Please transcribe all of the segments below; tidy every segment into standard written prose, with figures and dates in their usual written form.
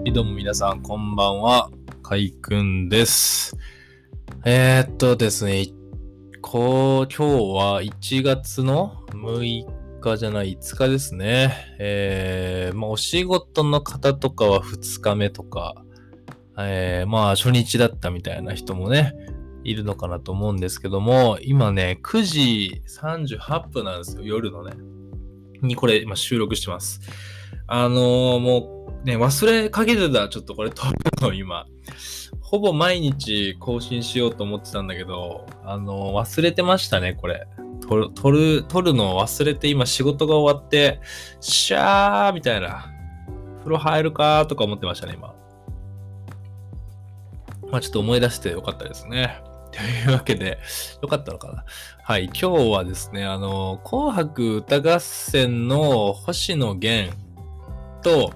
どうも皆さんこんばんは、かいくんです。ですね、今日は1月の6日じゃない5日ですね。お仕事の方とかは2日目とか、初日だったみたいな人もね、いるのかなと思うんですけども、今ね、9時38分なんですよ、夜のね。にこれ今収録してます。もうね、忘れかけてた、ちょっとこれ撮るの今。ほぼ毎日更新しようと思ってたんだけど、忘れてましたね、これ。撮るのを忘れて今仕事が終わって、シャーみたいな。風呂入るかーとか思ってましたね、今。ちょっと思い出してよかったですね。というわけで、よかったのかな。はい、今日はですね、紅白歌合戦の星野源と、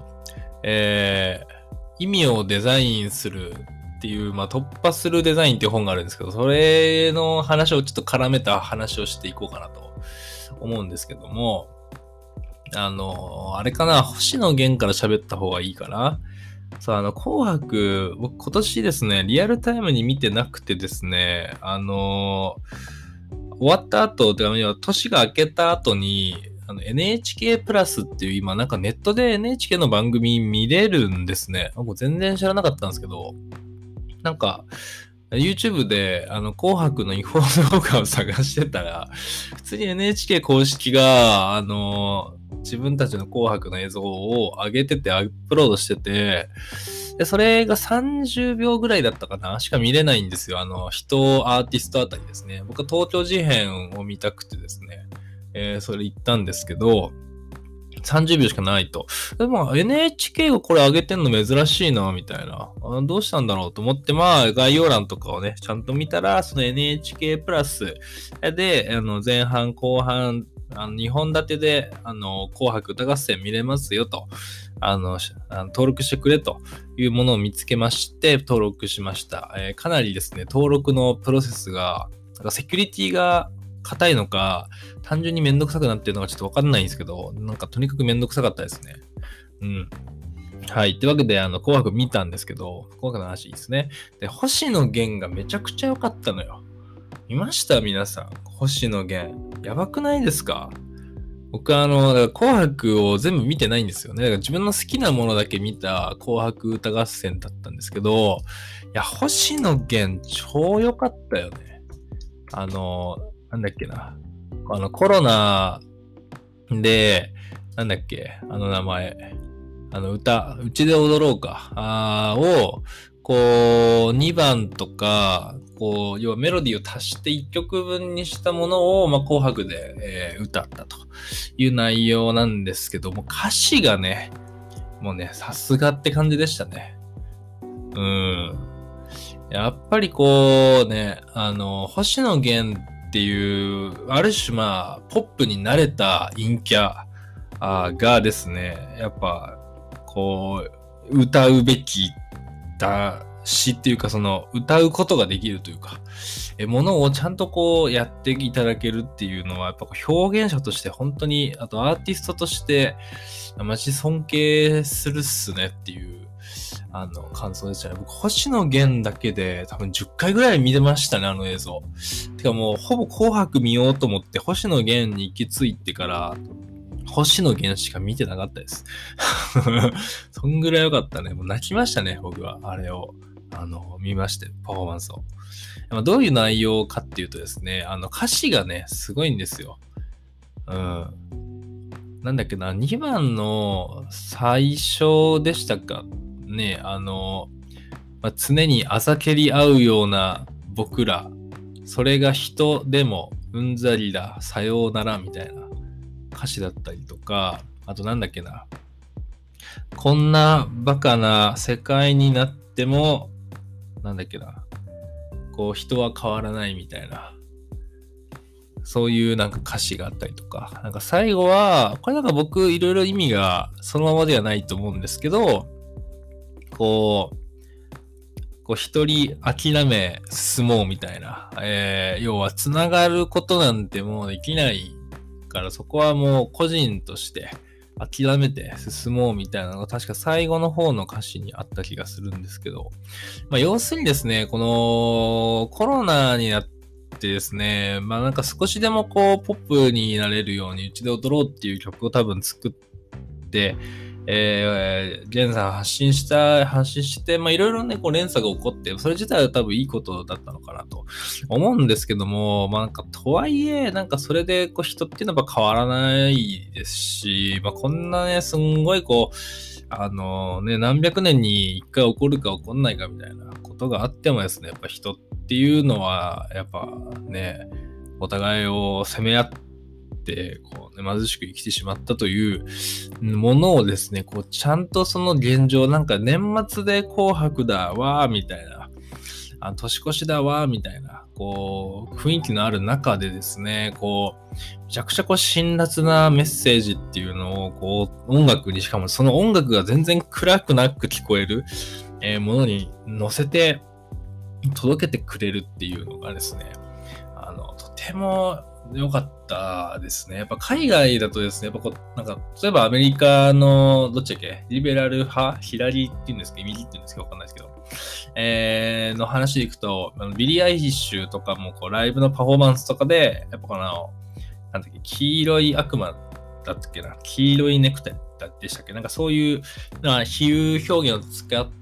意味をデザインするっていう、突破するデザインっていう本があるんですけど、それの話をちょっと絡めた話をしていこうかなと思うんですけども、あれかな、星野源から喋った方がいいかな。そう、紅白、僕今年ですね、リアルタイムに見てなくてですね、終わった後、年が明けた後に、NHK プラスっていう今なんかネットで NHK の番組見れるんですね。僕全然知らなかったんですけど、なんか YouTube で紅白の違法動画を探してたら、普通に NHK 公式が自分たちの紅白の映像を上げててアップロードしてて、で、それが30秒ぐらいだったかなしか見れないんですよ。人、アーティストあたりですね。僕は東京事変を見たくてですね。それ行ったんですけど、30秒しかないと。でも NHK がこれ上げてんの珍しいな、みたいな。どうしたんだろうと思って、概要欄とかをね、ちゃんと見たら、その NHK プラスで、前半後半、2本立てで、紅白歌合戦見れますよと。登録してくれというものを見つけまして、登録しました。かなりですね、登録のプロセスが、セキュリティが硬いのか、単純にめんどくさくなってるのかちょっとわかんないんですけど、とにかくめんどくさかったですね。うん。はい。ってわけで、紅白見たんですけど、紅白の話いいですね。で、星野源がめちゃくちゃ良かったのよ。見ました皆さん。星野源。やばくないですか？僕だから紅白を全部見てないんですよね。だから自分の好きなものだけ見た紅白歌合戦だったんですけど、いや、星野源超良かったよね。なんだっけな。コロナで、なんだっけ、名前。うちで踊ろうか。を、2番とか、要はメロディーを足して1曲分にしたものを、紅白で、歌ったという内容なんですけども、歌詞がね、もうね、さすがって感じでしたね。やっぱり星野源っていう、ある種ポップに慣れた陰キャがですね、やっぱ、歌うべきだしっていうか、歌うことができるというか、ものをちゃんとやっていただけるっていうのは、やっぱ表現者として本当に、あとアーティストとして、マジ尊敬するっすねっていう、感想でしたね。僕、星野源だけで多分10回ぐらい見てましたね、あの映像。てかもう、ほぼ紅白見ようと思って、星野源に行き着いてから、星野源しか見てなかったです。そんぐらい良かったね。もう泣きましたね、僕は。あれを、見まして、パフォーマンスを。どういう内容かっていうとですね、歌詞がね、すごいんですよ。なんだっけな、2番の最初でしたかね、常にあざけり合うような僕ら、それが人でもうんざりだ、さようならみたいな歌詞だったりとか、あとなんだっけな、こんなバカな世界になっても、なんだっけな、人は変わらないみたいな、そういう歌詞があったりとか、最後は、これ僕いろいろ意味がそのままではないと思うんですけど、一人諦め進もうみたいな、要は繋がることなんてもうできないから、そこはもう個人として、 諦めて進もうみたいなのが確か最後の方の歌詞にあった気がするんですけど、要するにですね、このコロナになってですね、なんか少しでもこうポップになれるようにうちで踊ろうっていう曲を多分作って、現在発信して、いろいろね、こう連鎖が起こって、それ自体は多分いいことだったのかなと思うんですけども、なんかとはいえ、なんかそれでこう人っていうのは変わらないですし、こんなね、すんごいこう、何百年に一回起こるか起こんないかみたいなことがあってもですね、やっぱ人っていうのは、やっぱね、お互いを責め合って、こうね、貧しく生きてしまったというものをですね、こうちゃんとその現状、なんか年末で紅白だわーみたいな、年越しだわーみたいな、こう雰囲気のある中でですね、こうめちゃくちゃこう辛辣なメッセージっていうのをこう音楽に、しかもその音楽が全然暗くなく聞こえる、ものに乗せて届けてくれるっていうのがですね、とても良かったですね。やっぱ海外だとですね、やっぱこう、なんか、例えばアメリカの、どっちだっけ、リベラル派左っていうんですか、右っていうんですか、わかんないですけど、の話でいくと、ビリー・アイリッシュとかも、こう、ライブのパフォーマンスとかで、やっぱこの、なんだっけ、黄色い悪魔だったっけな、黄色いネクタイでしたっけ、なんかそういう、比喩表現を使って、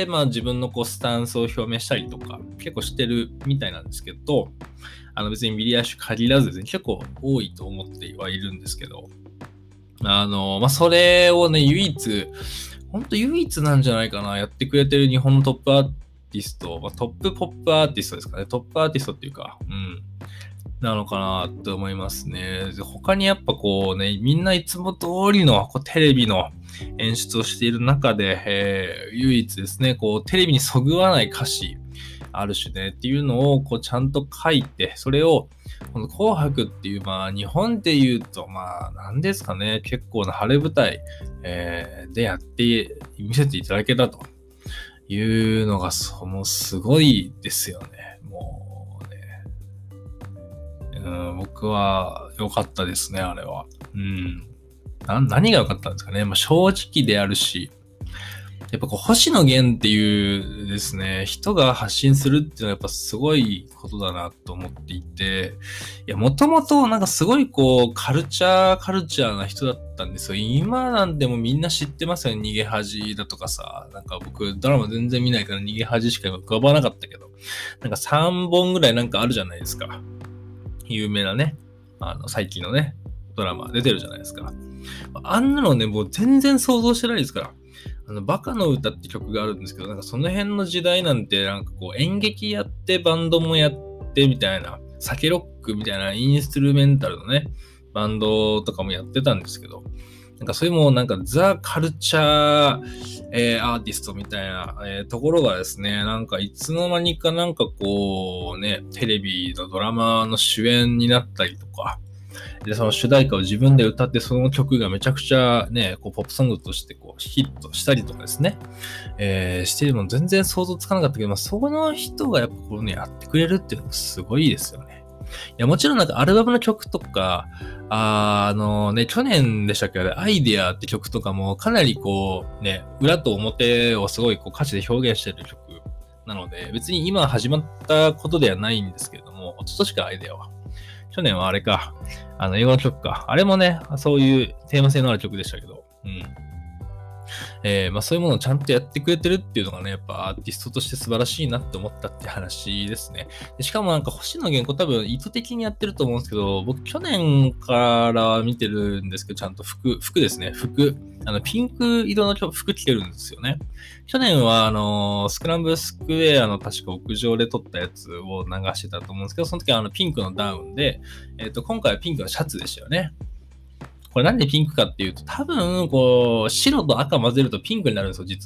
自分のこうスタンスを表明したりとか、結構してるみたいなんですけど、別にビリー・アイリッシュ限らずですね、結構多いと思ってはいるんですけど、それをね、本当唯一なんじゃないかな、やってくれてる日本のトップアーティスト、トップポップアーティストですかね、トップアーティストっていうか、なのかなって思いますね。他にやっぱこうね、みんないつも通りのこうテレビの演出をしている中で、唯一ですね、こうテレビにそぐわない歌詞、ある種ねっていうのをこうちゃんと書いて、それをこの紅白っていう日本で言うと何ですかね、結構な晴れ舞台、でやって見せていただけたというのがもうすごいですよね。もうね、僕は良かったですね、あれは。何が良かったんですかね。正直であるし、やっぱこう星野源っていうですね、人が発信するっていうのはやっぱすごいことだなと思っていて、もともとなんかすごいこうカルチャーな人だったんですよ。今なんでもみんな知ってますよね。逃げ恥だとかさ、なんか僕ドラマ全然見ないから逃げ恥しか浮かばなかったけど、なんか3本ぐらいなんかあるじゃないですか。有名なね、最近のね、ドラマ出てるじゃないですか。あんなのね、もう全然想像してないですから。バカの歌って曲があるんですけど、なんかその辺の時代なんて、なんかこう演劇やってバンドもやってみたいな、酒ロックみたいなインストゥルメンタルのね、バンドとかもやってたんですけど、なんかそれもなんかザ・カルチャー、アーティストみたいな、ところがですね、なんかいつの間にかなんかこうね、テレビのドラマの主演になったりとか、で、その主題歌を自分で歌って、その曲がめちゃくちゃね、こうポップソングとしてこうヒットしたりとかですね、してるの全然想像つかなかったけど、その人がやっぱこうね、やってくれるっていうのもすごいですよね。いや、もちろんなんかアルバムの曲とか、去年でしたっけ、アイデアって曲とかもかなりこうね、裏と表をすごいこう歌詞で表現してる曲なので、別に今始まったことではないんですけれども、一昨年かアイデアは。去年はあれか、英語の曲か。あれもね、そういうテーマ性のある曲でしたけど、そういうものをちゃんとやってくれてるっていうのがね、やっぱアーティストとして素晴らしいなって思ったって話ですね。でしかもなんか星野源多分意図的にやってると思うんですけど、僕去年から見てるんですけど、ちゃんと服ですね。ピンク色の服着てるんですよね。去年はスクランブルスクエアの確か屋上で撮ったやつを流してたと思うんですけど、その時はピンクのダウンで、今回はピンクのシャツでしたよね。これなんでピンクかっていうと、多分、こう、白と赤混ぜるとピンクになるんですよ、実は。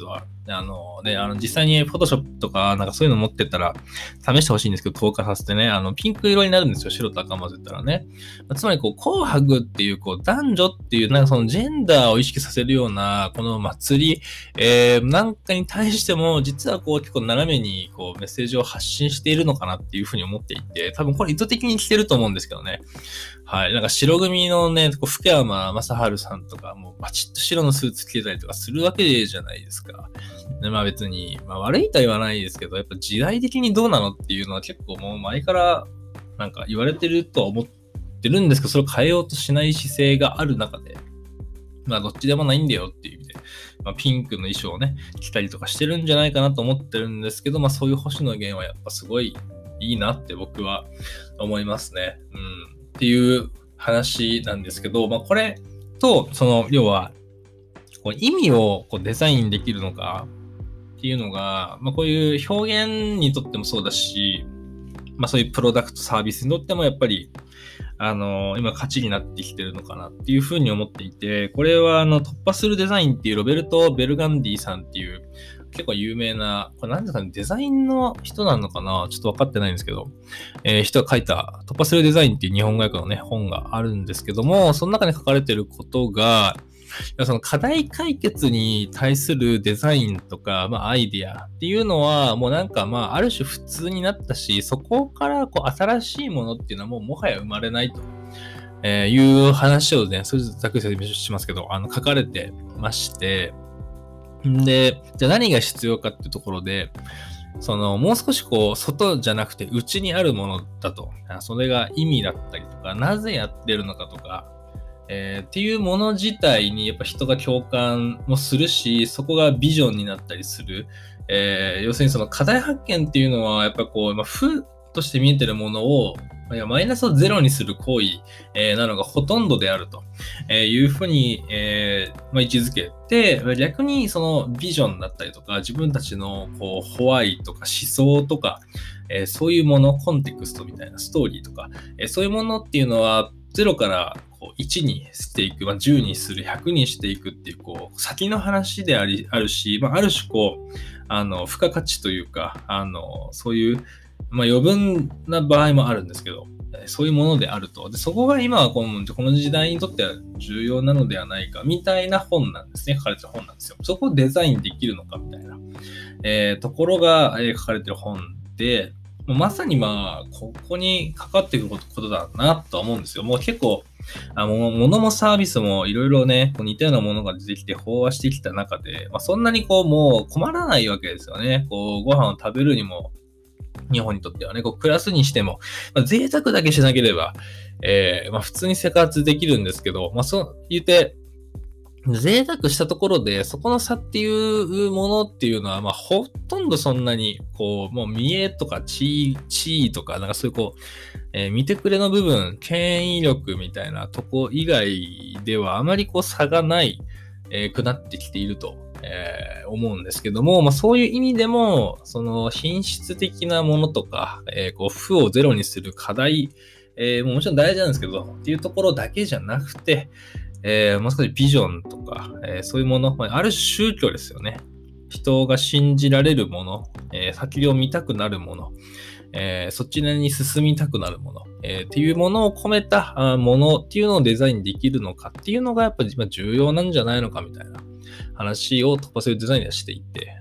実際に Photoshop とか、なんかそういうの持ってったら、試してほしいんですけど、透過させてね、ピンク色になるんですよ。白と赤混ぜたらね。つまり、紅白っていう、男女っていう、なんかそのジェンダーを意識させるような、この祭り、なんかに対しても、実は結構斜めに、メッセージを発信しているのかなっていうふうに思っていて、多分これ意図的にしてると思うんですけどね。はい。なんか白組のね、福山雅治さんとか、もうバチッと白のスーツ着てたりとかするわけじゃないですか。で別に、悪いとは言わないですけど、やっぱ時代的にどうなのっていうのは結構もう前からなんか言われてるとは思ってるんですけど、それを変えようとしない姿勢がある中で、どっちでもないんだよっていう意味で、ピンクの衣装をね、着たりとかしてるんじゃないかなと思ってるんですけど、そういう星野源はやっぱすごいいいなって僕は思いますね。っていう話なんですけど、これと、要は、意味をデザインできるのかっていうのが、こういう表現にとってもそうだし、そういうプロダクトサービスにとってもやっぱり、今価値になってきてるのかなっていうふうに思っていて、これは突破するデザインっていうロベルト・ベルガンディさんっていう結構有名な、これ何ですかね、デザインの人なのかなちょっと分かってないんですけど、人が書いた突破するデザインっていう日本語訳のね、本があるんですけども、その中に書かれてることが、その課題解決に対するデザインとか、アイディアっていうのは、もうなんかある種普通になったし、そこから新しいものっていうのはもはや生まれないと、いう話をね、それざっくり説明しますけど、書かれてまして、で、じゃあ何が必要かっていうところで、もう少し外じゃなくて内にあるものだと。それが意味だったりとか、なぜやってるのかとか、っていうもの自体にやっぱ人が共感もするし、そこがビジョンになったりする。要するにその課題発見っていうのは、やっぱ負として見えてるものを、マイナスをゼロにする行為、なのがほとんどであると、いうふうに、位置づけて、逆にそのビジョンだったりとか、自分たちのホワイとか思想とか、そういうもの、コンテクストみたいなストーリーとか、そういうものっていうのは、0から1にしていく、10にする、100にしていくっていう、先の話であるし、ある種付加価値というか、そういう、余分な場合もあるんですけど、そういうものであると。で、そこが今はこの時代にとっては重要なのではないか、みたいな本なんですね。書かれてる本なんですよ。そこをデザインできるのか、みたいな、ところが、書かれてる本で、まさにここにかかってくることだなとは思うんですよ。もう結構、物もサービスもいろいろね、似たようなものが出てきて飽和してきた中で、そんなにもう困らないわけですよね。ご飯を食べるにも、日本にとってはね、暮らすにしても、贅沢だけしなければ、普通に生活できるんですけど、そう言って、贅沢したところで、そこの差っていうものっていうのは、ほとんどそんなに、もう見栄とか地位とか、なんかそういう見てくれの部分、権威力みたいなとこ以外では、あまり差がない、くなってきていると。思うんですけども、そういう意味でも、その品質的なものとか、負をゼロにする課題、もちろん大事なんですけど、っていうところだけじゃなくて、もう少しビジョンとか、そういうもの、ある種宗教ですよね。人が信じられるもの、先を見たくなるもの、そちらに進みたくなるもの、っていうものを込めたものっていうのをデザインできるのかっていうのがやっぱり重要なんじゃないのかみたいな話を突破するデザインでしていて、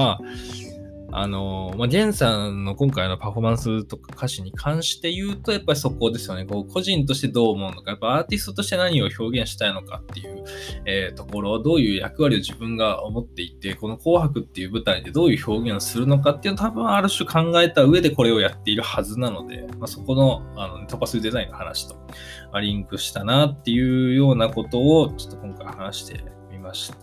ジェンさんの今回のパフォーマンスとか歌詞に関して言うと、やっぱりそこですよね。個人としてどう思うのか、やっぱアーティストとして何を表現したいのかっていう、ところ、どういう役割を自分が思っていて、この紅白っていう舞台でどういう表現をするのかっていうのを多分ある種考えた上でこれをやっているはずなので、そこの、突破するデザインの話と、リンクしたなっていうようなことをちょっと今回話してみました。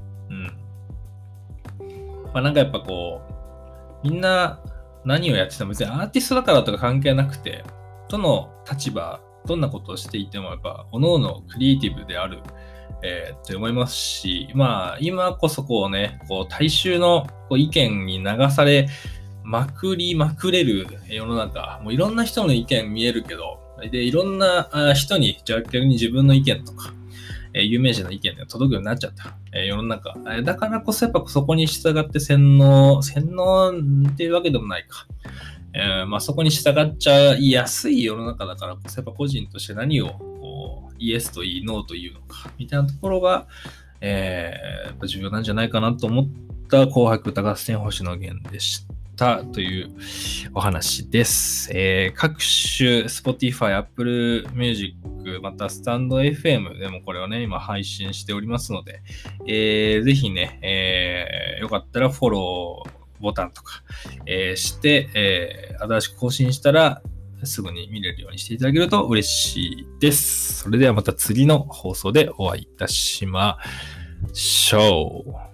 なんかやっぱみんな何をやってても別にアーティストだからとか関係なくて、どの立場、どんなことをしていてもやっぱ各々クリエイティブである、って思いますし、今こそね、大衆の意見に流されまくれる世の中、もういろんな人の意見見えるけど、で、いろんな人に、じゃあ逆に自分の意見とか、 有名人の意見が届くようになっちゃった。世の中。だからこそやっぱそこに従って洗脳っていうわけでもないか。そこに従っちゃいやすい世の中だからこそやっぱ個人として何をイエスと言いノーと言うのかみたいなところが、やっぱ重要なんじゃないかなと思った紅白歌合戦星野源でしたというお話です。各種 Spotify、Apple Music、またスタンド FM でもこれをね、今配信しておりますので、ぜひね、よかったらフォローボタンとか、して、新しく更新したらすぐに見れるようにしていただけると嬉しいです。それではまた次の放送でお会いいたしましょう。